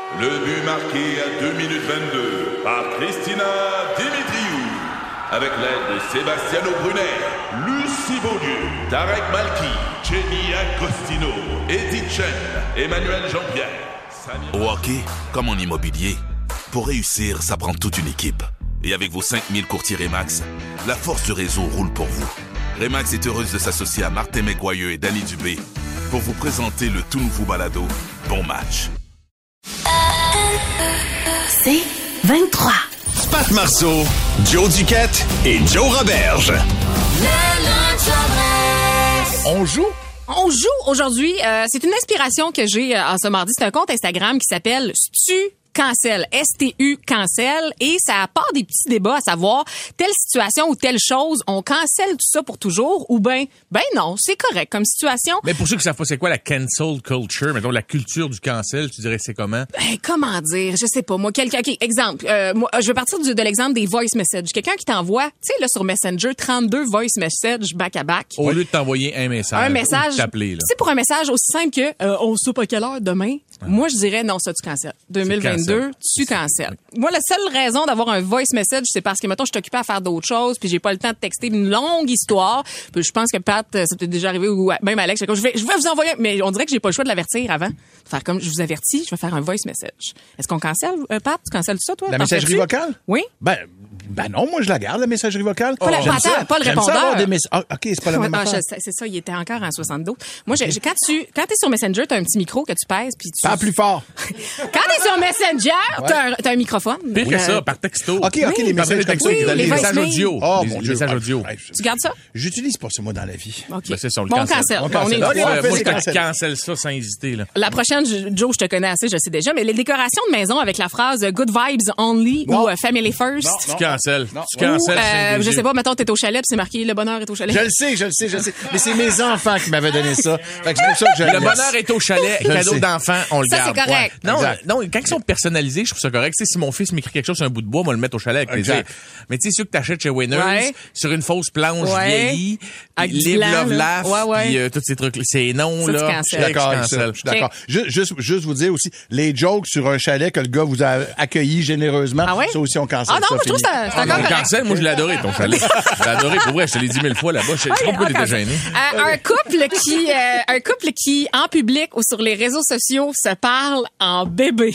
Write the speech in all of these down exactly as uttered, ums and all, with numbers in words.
Le but marqué à deux minutes vingt-deux par Christina Dimitriou. Avec l'aide de Sebastiano Brunet, Lucie Beaulieu, Tarek Malki, Jenny Agostino, Edith Chen, Emmanuel Jean-Pierre. Samir... Au hockey, comme en immobilier, pour réussir, ça prend toute une équipe. Et avec vos cinq mille courtiers Remax, la force du réseau roule pour vous. Remax est heureuse de s'associer à Martin McGuire et Danny Dubé pour vous présenter le tout nouveau balado Bon Match. C'est vingt-trois. Pat Marceau, Joe Duquette et Joe Roberge. On joue? On joue aujourd'hui. Euh, c'est une inspiration que j'ai euh, en ce mardi. C'est un compte Instagram qui s'appelle Stu Cancel, S T U Cancel, et ça part des petits débats à savoir telle situation ou telle chose, on cancelle tout ça pour toujours, ou ben, ben non, c'est correct comme situation. Mais pour ceux qui savent pas c'est quoi la cancel culture, mettons la culture du cancel, tu dirais c'est comment? Ben, comment dire, je sais pas, moi, quelqu'un, ok, exemple, euh, moi, je vais partir du, de l'exemple des voice messages. Quelqu'un qui t'envoie, tu sais, là, sur Messenger, trente-deux voice messages back-à-back. Au lieu de t'envoyer un message. Un message. Ou t'appeler, là. C'est pour un message aussi simple que, euh, on soupe à quelle heure demain? Ah. Moi, je dirais, non, ça, tu cancelles. deux mille vingt-deux, tu cancelles. Moi, la seule raison d'avoir un voice message, c'est parce que, mettons, je suis occupée à faire d'autres choses, puis j'ai pas le temps de texter une longue histoire. Puis je pense que Pat, ça t'est déjà arrivé, ou même Alex, je vais, je vais vous envoyer, mais on dirait que j'ai pas le choix de l'avertir avant. Faire comme, je vous avertis, je vais faire un voice message. Est-ce qu'on cancelle, euh, Pat? Tu cancelles ça, toi? La messagerie vocale? Oui. Ben, ben non, moi, je la garde, la messagerie vocale. Pas, la, attends, ça. pas le J'aime répondeur. Ça avoir des mess- ah, OK, c'est pas la même ah, affaire. je, c'est ça, il était encore en soixante-douze. Moi, j'ai, j'ai, quand tu quand t'es sur Messenger, t'as un petit micro que tu pèses, puis tu... Parle plus fort. Quand t'es sur Messenger, ouais. t'as, un, t'as un microphone. Pire euh... que ça, par texto. OK, OK, oui, les messages texto. Oui, les, les messages audio. Oh, les, mon les Dieu. messages audio. Ouais, tu gardes ça? J'utilise pas ça, moi, dans la vie. OK. Ben, c'est ça, on le bon, cancelle. on cancelle. On est okay, moi, fait, moi je te cancel. cancelle ça sans hésiter, là. La prochaine, Joe, je te connais assez, je sais déjà, mais les décorations de maison avec la phrase « Good vibes only » ou uh, « Family first ». Tu cancelles. Non. Tu cancelles. Euh, je sais pas, mettons, t'es au chalet, puis c'est marqué « Le bonheur est au chalet ». Je le sais, je le sais, je le sais. Mais c'est mes enfants qui m'avaient donné ça. Fait que c'est pour ça que je le bonheur est au chalet, cadeau d'enfant, on le ça, garde. Ça, c'est correct. Ouais. Non, exact. non, quand ils sont personnalisés, je trouve ça correct. Tu sais, si mon fils m'écrit quelque chose sur un bout de bois, moi, le mettre au chalet avec plaisir. Exact. Mais tu sais, ceux que t'achètes chez Winners, ouais. sur une fausse planche ouais. vieillie, avec live, blanc, love, laugh, ouais, ouais. puis euh, tous ces trucs, c'est non, ça, là. Je suis d'accord avec ça. Je suis d'accord. Juste, juste, juste vous dire aussi, les jokes sur un chalet que le gars vous a accueilli généreusement, ah ouais? ça aussi, on cancelle ah non, ça. moi, je trouve ça, c'est Ah, encore correct. cancel, moi, je l'ai adoré, ton chalet. Je l'ai adoré, pour vrai, je te l'ai dit mille fois là-bas. Je sais pas pourquoi t'étais gêné. Euh, un couple qui, euh, un couple qui, en public ou sur les réseaux sociaux, se parle en bébé.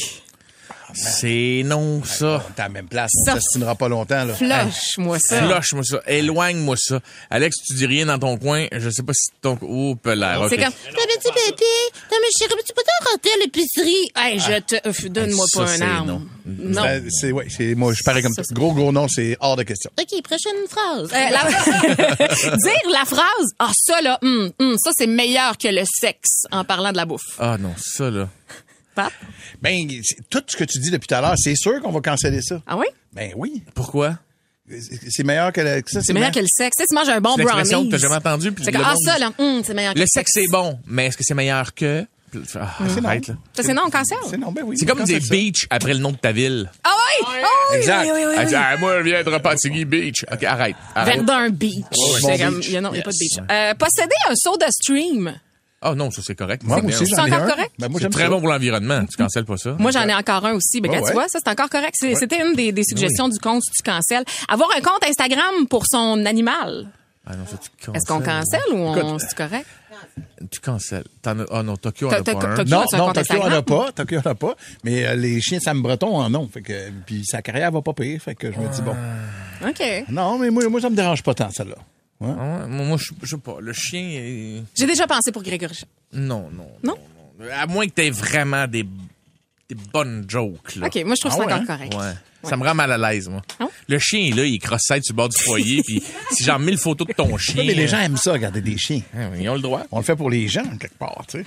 C'est non, ça. T'es à la même place, Ça on s'assinera pas longtemps, là. Flush-moi ça. Flush-moi ça. Éloigne-moi ça. Alex, tu dis rien dans ton coin. Je sais pas si ton... Oh, pelaire. C'est Okay. comme, t'as petit bébé, t'as mes chéris, tu peux t'en rentrer à l'épicerie. Hey, je te, euh, donne-moi Ça, pas c'est un arme. non. Non. C'est, c'est, ouais, c'est, moi, je parais comme ça. Gros, gros non, c'est hors de question. OK, prochaine phrase. Euh, la... Dire la phrase, ah, ça, là, hum, hum, ça, c'est meilleur que le sexe en parlant de la bouffe. Ah non, ça, là. Pat? Ben, tout ce que tu dis depuis tout à l'heure, c'est sûr qu'on va canceller ça. Ah oui? Ben oui. Pourquoi? C'est meilleur que le, ça. C'est, c'est meilleur que le sexe. Tu sais, tu manges un bon c'est l'expression brownie. que t'as jamais entendu. Puis c'est le comme, ah, monde... ça, là, hum, c'est meilleur que le le sexe, c'est bon, mais est-ce que c'est meilleur que... Ah, c'est arrête, non. là. Ça, c'est non, on cancelle. C'est non, ben oui. C'est comme dire ça. beach après le nom de ta ville. Ah oui! Ah oui! Exact. Oui, oui, oui, Elle oui. dit, ah, moi, je viens de Repentigny Beach. OK, arrête. arrête. Verdun Beach. Oh, c'est bon comme, beach. il y a, non, il y a pas de Yes. beach. Euh, posséder un soda stream. Ah non, ça, c'est correct. Moi c'est aussi, bien. j'en ai C'est encore un. correct? Ben, moi, C'est j'aime très ça. bon pour l'environnement. Tu cancelles pas ça? Moi, j'en ai encore un aussi. Ben, Oh, regarde, ouais. tu vois, ça, c'est encore correct. C'est, c'était une des, des suggestions du compte si tu cancelles. Avoir un compte Instagram pour son animal. Ah non, ça, tu cancelles. Est-ce qu'on cancelle ou on, Écoute, c'est correct? Tu cancelles. T'en as... Ah non, Tokyo, on T'as- a t'as- pas un. t'as- Non, tu as un non, compte Tokyo en Instagram? a pas. Tokyo en a pas. Mais euh, les chiens de Sam Breton en ont. Fait que, puis sa carrière va pas pire. Fait que je me dis, bon. OK. Non, mais moi, moi, ça me dérange pas tant, celle-là. Ouais. Ah ouais, moi, moi, je je sais pas. Le chien est... J'ai déjà pensé pour Grégory Charles. Non, non. Non? non. À moins que t'aies vraiment des, des bonnes jokes, là. OK, moi, je trouve Ah ça ouais, encore hein? correct. Ouais. Ça me rend mal à l'aise, moi. Ah ouais? Le chien, là, il est cross-side sur le bord du foyer, puis si j'en mets le photo de ton chien... Ouais, mais les gens aiment ça, regarder des chiens. euh, Ils ont le droit. On le fait pour les gens, quelque part, tu sais.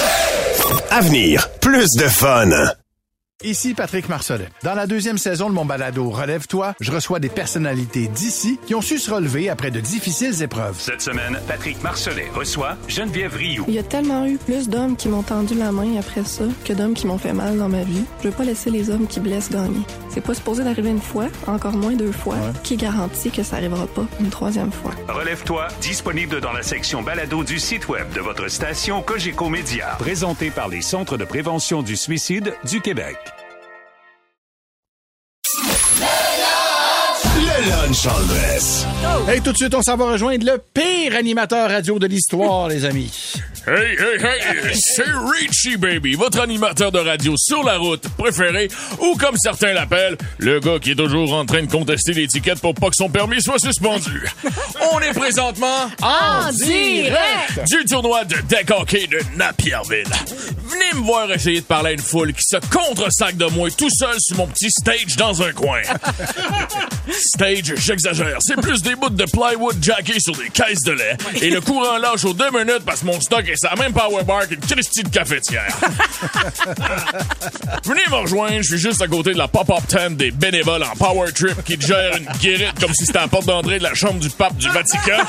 Avenir, plus de fun. Ici Patrick Marcelet. Dans la deuxième saison de mon balado Relève-toi, je reçois des personnalités d'ici qui ont su se relever après de difficiles épreuves. Cette semaine, Patrick Marcelet reçoit Geneviève Rioux. Il y a tellement eu plus d'hommes qui m'ont tendu la main après ça que d'hommes qui m'ont fait mal dans ma vie. Je veux pas laisser les hommes qui blessent gagner. C'est pas supposé d'arriver une fois, encore moins deux fois. Ouais. Qui garantit que ça arrivera pas une troisième fois? Relève-toi, disponible dans la section balado du site web de votre station Cogeco Média. Présenté par les Centres de prévention du suicide du Québec. Antoine Chalmès. Hey, tout de suite, on s'en va rejoindre le pire animateur radio de l'histoire, les amis. Hey, hey, hey, c'est Richie Baby, votre animateur de radio sur la route préféré, ou comme certains l'appellent, le gars qui est toujours en train de contester l'étiquette pour pas que son permis soit suspendu. On est présentement En direct du tournoi de deck hockey de Napierville. Venez me voir essayer de parler à une foule qui se contre-sac de moi tout seul sur mon petit stage dans un coin. Stage, j'exagère, c'est plus des bouts de plywood jackés sur des caisses de lait et le courant lâche aux deux minutes parce que mon stock est sa même power bar qu'une Christie de cafetière. Venez me rejoindre, je suis juste à côté de la pop-up tent des bénévoles en power trip qui te gèrent une guérite comme si c'était la porte d'entrée de la chambre du pape du Vatican.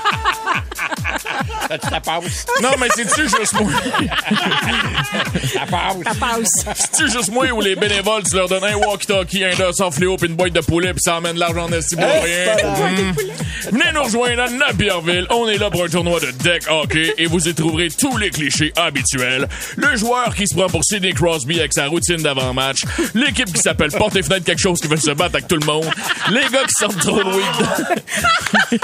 Ça passe. Non, mais c'est-tu juste moi? Ça passe. Ça passe. C'est-tu juste moi où les bénévoles, tu leur donnes un walkie-talkie, un dos sans fléau pis une boîte de poulet pis ça emmène de l'argent en esti pour rien? Mmh. Venez nous rejoindre à Napierville. On est là pour un tournoi de deck hockey et vous y trouverez tous les clichés habituels. Le joueur qui se prend pour Sidney Crosby avec sa routine d'avant-match. L'équipe qui s'appelle Porte et Fenêtre quelque chose qui veut se battre avec tout le monde. Les gars qui sortent trop de weed.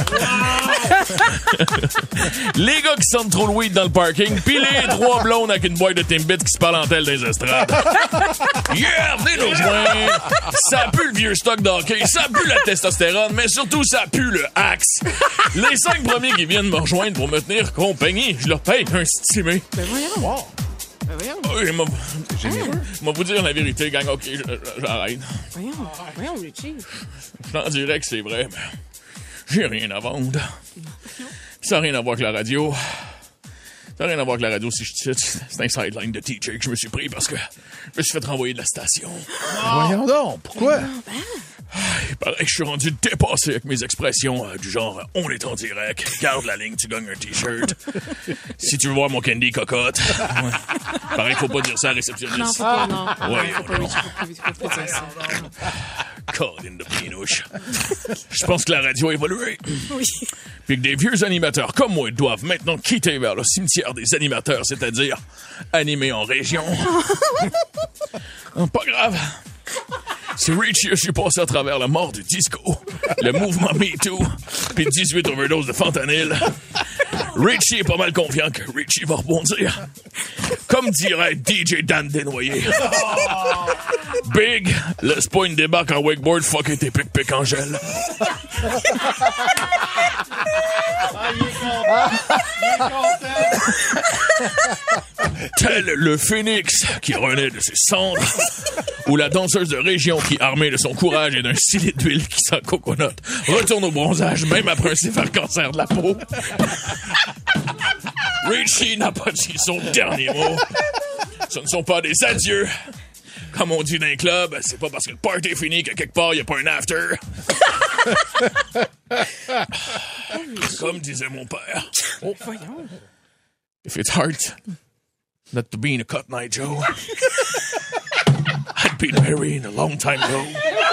Les gars qui sentent trop le weed dans le parking, pis les trois blondes avec une boîte de Timbit qui se parlent en telle des estrades. Yeah, venez nous rejoindre. Ça pue le vieux stock d'hockey, ça pue la testostérone, mais surtout ça pue le axe. Les cinq premiers qui viennent me rejoindre pour me tenir compagnie, je leur paye un stimé. Ben voyons. Wow. Ben voyons. Oui, moi, moi vous dire la vérité, gang, ok, j'arrête. Voyons. Voyons, Richie. Je t'en dirais que c'est vrai, mais j'ai rien à vendre. Ça n'a rien à voir avec la radio. Ça n'a rien à voir avec la radio si je cite. C'est un sideline de T J que je me suis pris parce que je me suis fait renvoyer de la station. Voyons donc, pourquoi? Il paraît que je suis rendu dépassé avec mes expressions euh, du genre euh, on est en direct, garde la ligne, tu gagnes un t-shirt. Si tu veux voir mon candy cocotte. Ouais. Pareil qu'il faut pas dire ça à réceptionniste. Non, faut pas, non. Ouais, faut pas, non. faut pas, faut pas dire ça. Colin de pinouche. Je pense que la radio a évolué. Oui. Puis que des vieux animateurs comme moi doivent maintenant quitter vers le cimetière des animateurs, c'est-à-dire animer en région. Pas grave. C'est Richie, je suis passé à travers la mort du disco, le mouvement MeToo, puis dix-huit overdoses de fentanyl. Richie est pas mal confiant que Richie va rebondir. Comme dirait D J Dan Desnoyers. Big, laisse pas une débarque en wakeboard, fuck tes pic-pic en gel. Tel le phénix qui renaît de ses cendres, ou la danseuse de région qui, armée de son courage et d'un stylet d'huile qui sent coconut, retourne au bronzage même après un sévère cancer de la peau. Richie n'a pas dit son dernier mot. Ce ne sont pas des adieux. Comme on dit dans les clubs, c'est pas parce que le party est fini que quelque part, il n'y a pas un after. Comme disait mon père. Oh, voyons. If it's hard not to be in a cut night, Joe, I'd been married a long time ago.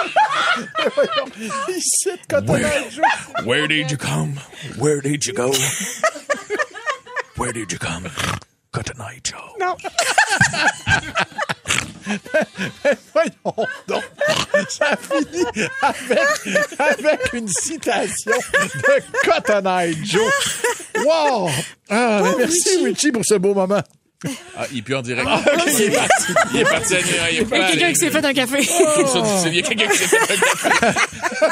Where, where did you come? Where did you go? Where did you come? Cut a night, Joe. Non. Voyons donc. Ça finit avec, avec une citation de Cotton Eye Joe. Wow! Ah, mais merci, Richie, pour ce beau moment. Ah, il est plus en direct. Ah, okay, il est parti. Il est parti à nuit. Il y a quelqu'un qui s'est fait un café. Oh. Il y a quelqu'un qui s'est fait un café.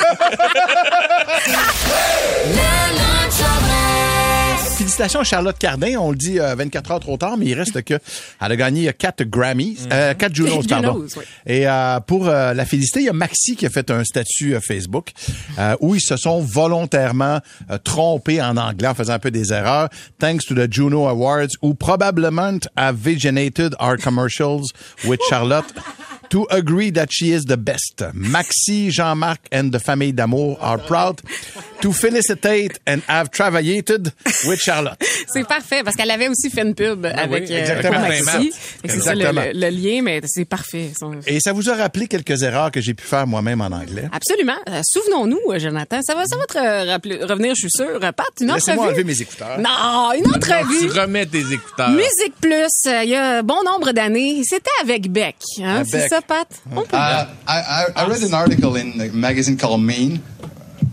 Félicitations à Charlotte Cardin. On le dit euh, vingt-quatre heures trop tard, mais il reste que elle a gagné quatre Grammys, euh, quatre Junos, pardon. Junos, oui. Et euh, pour euh, la féliciter, il y a Maxi qui a fait un statut euh, Facebook euh, où ils se sont volontairement euh, trompés en anglais en faisant un peu des erreurs. Thanks to the Juno Awards, who probably have viginated our commercials with Charlotte to agree that she is the best. Maxi, Jean-Marc and the famille d'amour are proud to felicitate and have travailled with Charlotte. C'est parfait, parce qu'elle avait aussi fait une pub ah avec oui, exactement. euh, Maxi. C'est ça le, le, le lien, mais c'est parfait. Et ça vous a rappelé quelques erreurs que j'ai pu faire moi-même en anglais? Absolument. Euh, souvenons-nous, Jonathan. Ça va, ça va te euh, rappeler, revenir, je suis sûr. Pat, une entrevue. Laissez-moi enlever mes écouteurs. Non, une entrevue. Non, tu remets tes écouteurs. Musique Plus, euh, il y a un bon nombre d'années. C'était avec Beck. Hein? C'est ça, Pat? On peut uh, I, I, I read an article in a magazine called Maine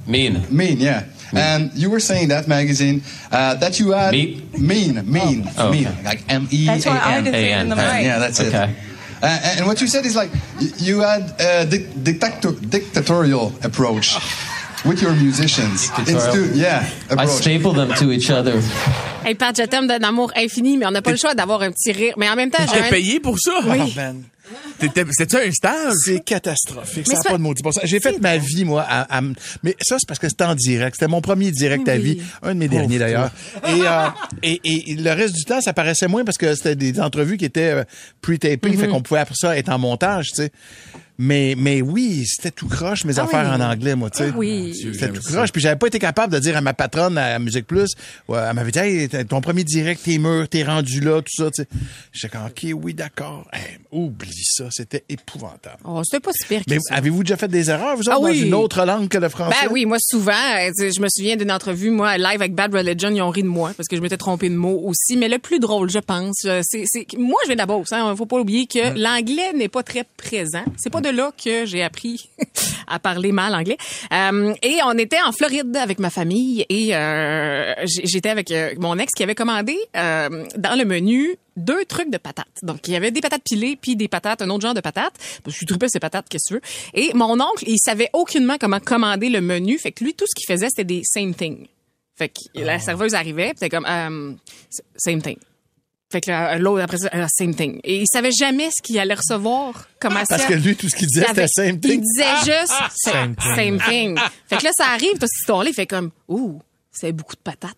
Mean. Mean, yeah. And you were saying that magazine uh, that you had Mean, mean, mean, oh. mean, like M E A N. That's why I had to say it in the mic. Yeah, that's it. Okay. Uh, and what you said is like y- you had a di- dictator- dictatorial approach with your musicians. It's to, yeah, I approach. staple them to each other. Hey, Pat, je t'aime d'un amour infini, mais on n'a pas le choix d'avoir un petit rire. Mais en même temps, j'ai T'es un... payé pour ça? Oui. Oh, man. T'étais- C'était un stage? C'est catastrophique. Mais Ça n'a c'est pas de maudit bon sens. J'ai fait ma vie, moi, à, à- mais ça, c'est parce que c'était en direct. C'était mon premier direct à Oui. vie. Un de mes derniers, d'ailleurs. Et, euh, et, et le reste du temps, ça paraissait moins parce que c'était des entrevues qui étaient euh, pre-tapées. Mm-hmm. Fait qu'on pouvait, après ça, être en montage, tu sais. Mais, mais oui, c'était tout croche, mes Ah affaires oui. en anglais, moi, tu sais. Ah oui. C'était tout croche. Puis j'avais pas été capable de dire à ma patronne à Musique Plus, ouais, elle m'avait dit, hey, t'as- ton premier direct, t'es mûr, t'es rendu là, tout ça, tu sais. J'étais comme, OK, oui, d'accord. Hey, oublie ça, c'était épouvantable. Oh, c'était pas si pire que Mais ça. avez-vous déjà fait des erreurs, vous autres, Ah dans oui. une autre langue que le français? Ben oui, moi souvent, euh, tu sais, je me souviens d'une entrevue, moi, live avec Bad Religion, ils ont ri de moi parce que je m'étais trompée de mots aussi. Mais le plus drôle, je pense, euh, c'est, c'est moi, je viens de la Beauce, hein, faut pas oublier que Hum. l'anglais n'est pas très présent. C'est pas de là que j'ai appris à parler mal anglais. Euh, et on était en Floride avec ma famille et euh, j- j'étais avec euh, mon ex qui avait commandé euh, dans le menu deux trucs de patates. Donc, il y avait des patates pilées puis des patates, un autre genre de patates. Je suis troupée ces patates, qu'est-ce que tu veux. Et mon oncle, il savait aucunement comment commander le menu. Fait que lui, tout ce qu'il faisait, c'était des same thing. Fait que la serveuse arrivait, puis c'était comme, um, same thing. Fait que là, l'autre, après ça, uh, same thing. Et il savait jamais ce qu'il allait recevoir comme assiette. Parce que lui, tout ce qu'il disait, Il avait- c'était same thing. Il disait juste Same thing. same thing. Fait que là, ça arrive, toute cette histoire-là, il fait comme, ouh, c'est beaucoup de patates.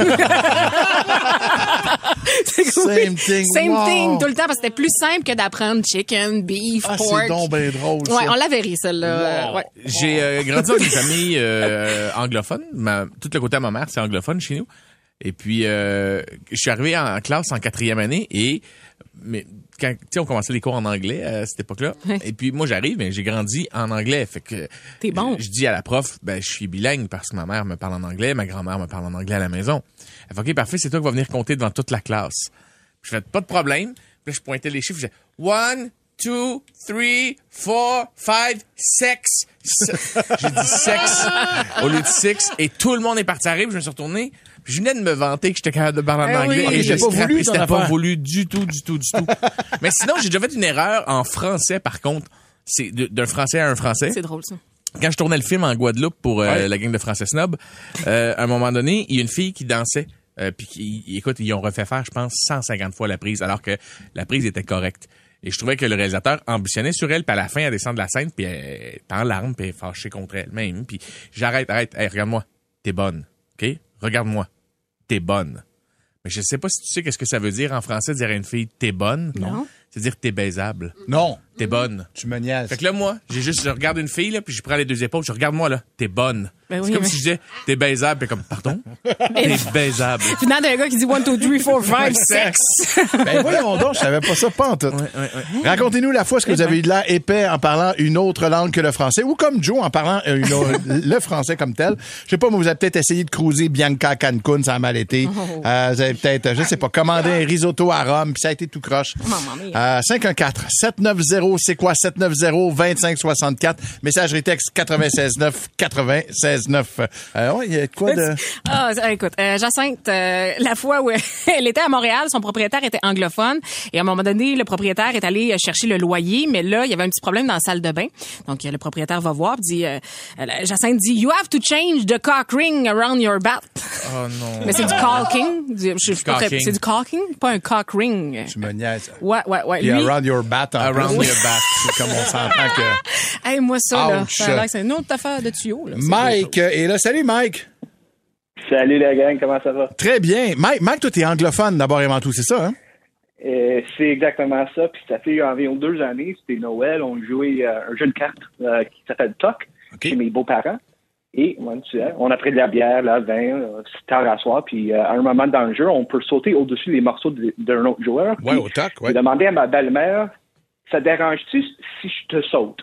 C'est comme, oui, Same thing, Same wow. thing, tout le temps, parce que c'était plus simple que d'apprendre chicken, beef, Ah, pork. c'est donc bien drôle, ça. Ouais, on l'avait ri, celle-là. Wow. Ouais. J'ai euh, grandi dans une famille euh, anglophone. Ma, tout le côté à ma mère, c'est anglophone chez nous. Et puis, euh, je suis arrivé en classe en quatrième année et mais quand tu sais, on commençait les cours en anglais à cette époque-là. Ouais. Et puis moi, j'arrive, mais j'ai grandi en anglais. Fait que T'es bon. Je, je dis à la prof, ben je suis bilingue parce que ma mère me parle en anglais, ma grand-mère me parle en anglais à la maison. Elle fait OK, parfait, c'est toi qui vas venir compter devant toute la classe. Puis je fais pas de problème. Puis là, je pointais les chiffres, je disais one, two, three, four, five, six. J'ai dit six au lieu de six. Et tout le monde est parti à rire. Je me suis retourné. Puis je venais de me vanter que j'étais capable de parler en Eh anglais. oui. Et C'était j'ai pas scrappé. voulu, ton C'était pas affaire. voulu du tout, du tout, du tout. Mais sinon, j'ai déjà fait une erreur en français, par contre. C'est de- d'un français à un français. C'est drôle, ça. Quand je tournais le film en Guadeloupe pour euh, Ouais. la gang de Français Snob, euh, à un moment donné, il y a une fille qui dansait. Euh, puis qui, écoute, ils ont refait faire, je pense, cent cinquante fois la prise, alors que la prise était correcte. Et je trouvais que le réalisateur ambitionnait sur elle, puis à la fin, elle descend de la scène, puis elle est en larmes, puis elle est fâchée contre elle-même. Puis j'arrête, arrête, hey, regarde-moi, t'es bonne, OK? Regarde-moi, t'es bonne. Mais je sais pas si tu sais qu'est-ce que ça veut dire en français, dire à une fille, t'es bonne. Non. C'est-à-dire t'es baisable. Non. T'es bonne. Tu me niaises. Fait que là, moi, j'ai juste, je regarde une fille, là, puis je prends les deux épaules, je regarde moi, là, t'es bonne. Ben c'est oui, comme mais- si je disais, t'es baisable, puis comme, pardon? T'es baisable. Finalement, d'un gars qui dit one, two, three, four, five, six. Ben voyons donc, je savais pas ça, pas en tout. Racontez-nous la fois ce que vous avez eu de l'air épais en parlant une autre langue que le français, ou comme Joe en parlant une autre- le français comme tel. Je sais pas, mais vous avez peut-être essayé de cruiser Bianca à Cancun, ça a mal été. Oh. Euh, vous avez peut-être, je sais pas, commandé un risotto à Rome, puis ça a été tout croche. Maman mia. Euh, cinq un quatre, sept neuf zéro, c'est quoi? sept neuf zéro, deux cinq six quatre. Messagerie texte quatre-vingt-seize neuf, quatre-vingt-seize neuf. Euh, ouais, il y a de quoi de... Ah, ça, écoute, euh, Jacinthe, euh, la fois où elle était à Montréal, son propriétaire était anglophone et à un moment donné, le propriétaire est allé chercher le loyer, mais là, il y avait un petit problème dans la salle de bain. Donc, euh, le propriétaire va voir, puis dit, euh, euh, Jacinthe dit, you have to change the cock ring around your bat. Oh non. Mais c'est du caulking. Du- je suis pas très- Caulking. C'est du caulking, pas un cock ring. Tu me niaises. Ouais, ouais, ouais. Puis Lui, around your bat. En Around plus. your bat. C'est comme on s'entend que... hey, moi, ça, là, Ouch. ça a l'air que c'est une autre affaire de tuyau. Là. C'est Mike deux choses. est là. Salut, Mike. Salut la gang, comment ça va? Très bien. Mike, Mike, toi, t'es anglophone d'abord et avant tout, c'est ça, hein? Euh, c'est exactement ça. Puis ça fait environ deux années, c'était Noël, on jouait euh, un jeu de cartes euh, qui s'appelle Toc chez mes beaux-parents. Et ouais, tu sais, on a pris de la bière, la vin, euh, c'est tard à soir. Puis euh, à un moment dans le jeu, on peut sauter au-dessus des morceaux de- d'un autre joueur. Ouais, Puis, au Toc, ouais. J'ai demandé à ma belle-mère, ça te dérange-tu si je te saute?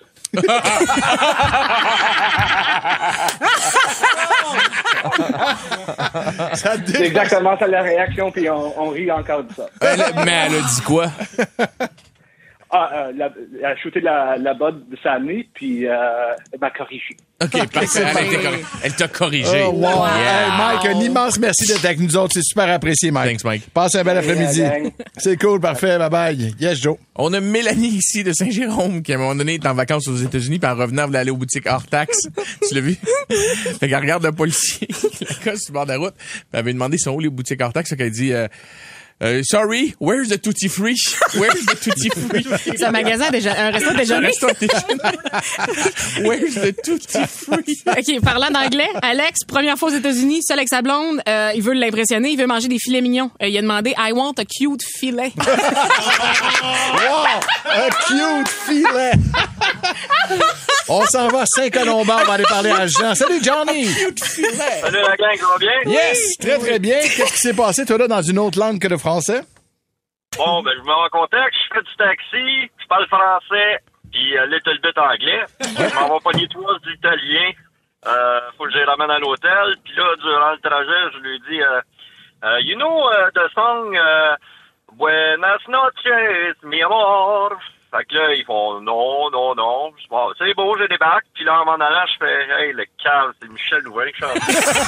Ça te C'est exactement ça la réaction, puis on, on rit encore de ça. Elle- mais elle a dit quoi? Ah, euh, la, elle a shooté la, la botte de sa année, puis euh, elle m'a corrigé. OK, parfait. Elle, a été corri- elle t'a corrigé. Oh, wow. Yeah. Hey, Mike, un immense merci d'être avec nous autres. C'est super apprécié, Mike. Thanks, Mike. Passe un bel après-midi. Yeah, C'est cool, parfait. Bye-bye. Yes, Joe. On a Mélanie ici de Saint-Jérôme qui, à un moment donné, est en vacances aux États-Unis, puis en revenant, voulait aller aux boutiques hors taxe. Tu l'as vu? Fait qu'elle regarde le policier, la cosse sur le bord de la route, puis elle avait demandé sont où les boutiques hors taxe. Fait qu'elle dit... Euh, Uh, sorry, where's the Tutti Free? Where's the Tutti Free? C'est un magasin déjà, un restaurant déjeuner. Un restaurant déjeuner. Where's the Tutti Free? OK, parlant d'anglais, Alex, première fois aux États-Unis, seul avec sa blonde, euh, il veut l'impressionner, il veut manger des filets mignons. Euh, il a demandé I want a cute filet. Wow! Un cute filet! On s'en va à Saint-Colomban, on va aller parler à Jean. Salut, Johnny! Salut, la gang, ça va bien? Yes! Très, très bien. Qu'est-ce qui s'est passé, toi, là, dans une autre langue que le français? Bon, ben, je me mets en contexte, je fais du taxi, je parle français, puis euh, little bit anglais. Je m'en vais pogner trois d'Italien. Euh, faut que je les ramène à l'hôtel. Puis là, durant le trajet, je lui dis, euh, euh, you know uh, the song uh, Buenas noches, mi amor. Fait que là, ils font non, non, non. Je dis, bon, c'est beau, je débarque. Puis là, en m'en allant, je fais, hey, le cave, c'est Michel Louvain qui chante.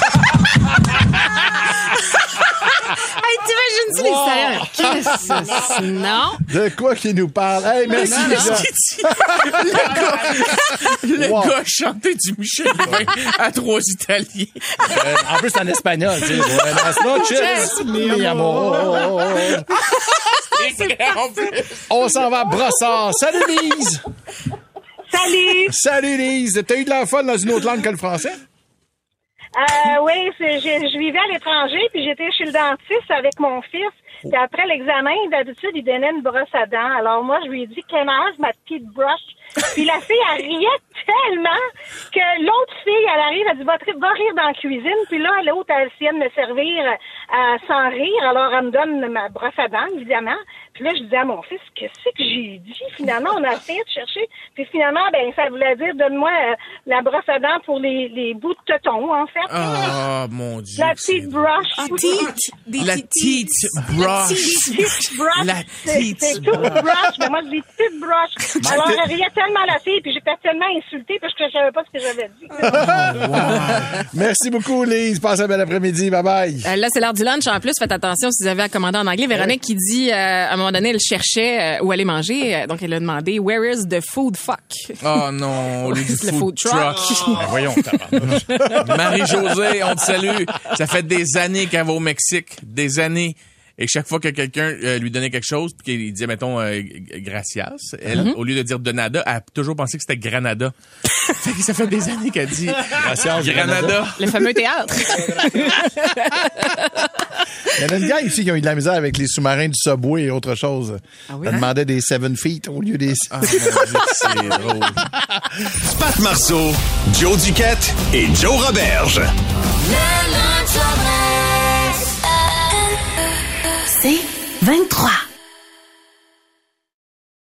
Hey, t'imagines-tu Wow. les sérieux? Qu'est-ce que c'est? Non. De quoi qu'il nous parle? Hey, merci, Non, non. Jean. Le gars, le Wow. gars a chanté du Michel Louvain à trois Italiens. Euh, en plus, c'est en espagnol, tu sais. Buenas noches, mi amor. C'est vrai, en plus. On s'en va à Brossard. Salut, Lise! Salut! Salut, Lise! T'as eu de la fun dans une autre langue que le français? Euh, oui, c'est, je, je vivais à l'étranger, puis j'étais chez le dentiste avec mon fils. Puis après l'examen, d'habitude, il donnait une brosse à dents. Alors moi, je lui ai dit, can I have ma petite broche? Puis la fille, elle riait tellement que l'autre fille, elle arrive, elle dit, va, va rire dans la cuisine. Puis là, l'autre, elle essayait de me servir euh, sans rire. Alors, elle me donne ma brosse à dents, évidemment. Puis là, je disais à mon fils, qu'est-ce que j'ai dit? Finalement, on a essayé de chercher. Puis finalement, ben, ça voulait dire, donne-moi euh, la brosse à dents pour les, les bouts de teton, en fait. Oh, mon Dieu. La petite broche. Ah, teeth. Des La petite petite broche. Petite broche. La C'est- petite C'est tout broche, mais moi, je dis petite broche. Alors, elle riait tellement la fille, puis j'étais tellement insultée parce que je savais pas ce que j'avais dit. Merci beaucoup, Lise. Passe un bel après-midi. Bye-bye. Euh, là, c'est l'heure du lunch. En plus, faites attention si vous avez à commander en anglais. Véronique qui dit, euh, à un moment donné, elle cherchait euh, où aller manger. Euh, donc, elle a demandé, where is the food fuck? Oh non, le Le food, food truck. truck. Ben voyons, tabarnouche. Marie-Josée, on te salue. Ça fait des années qu'elle va au Mexique. Des années. Et chaque fois que quelqu'un euh, lui donnait quelque chose, puis qu'il disait, mettons, euh, gracias, elle, Mm-hmm. au lieu de dire Donada, elle a toujours pensé que c'était Granada. Fait que ça fait des années qu'elle dit Gracias, Granada. Granada. Le fameux théâtre. Il y en a une gang ici qui ont eu de la misère avec les sous-marins du Subway et autre chose. Ah oui, Elle hein? demandait des seven feet au lieu des... Ah, mon Dieu, c'est drôle. Pat Marceau, Joe Duquette et Joe Roberge. C'est vingt-trois.